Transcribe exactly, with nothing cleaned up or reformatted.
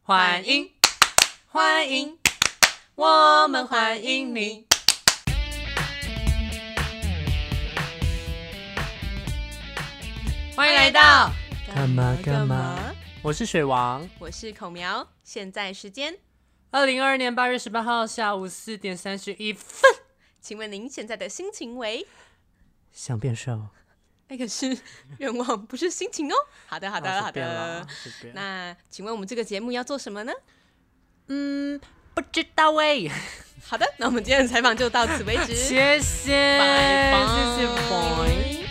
欢迎，欢迎，我们欢迎你。欢迎来到干嘛干嘛？ 我是水王， 我是口苗。现在时间二零二二年八月十八号下午四点三十一分。 请问您现在的心情为？ 想变瘦？ 哎，可是愿望不是心情哦。好的，好的，好的。那请问我们这个节目要做什么呢？ 嗯，不知道喂。 好的，那我们今天的采访就到此为止。 谢谢， 拜拜， 谢谢 boy。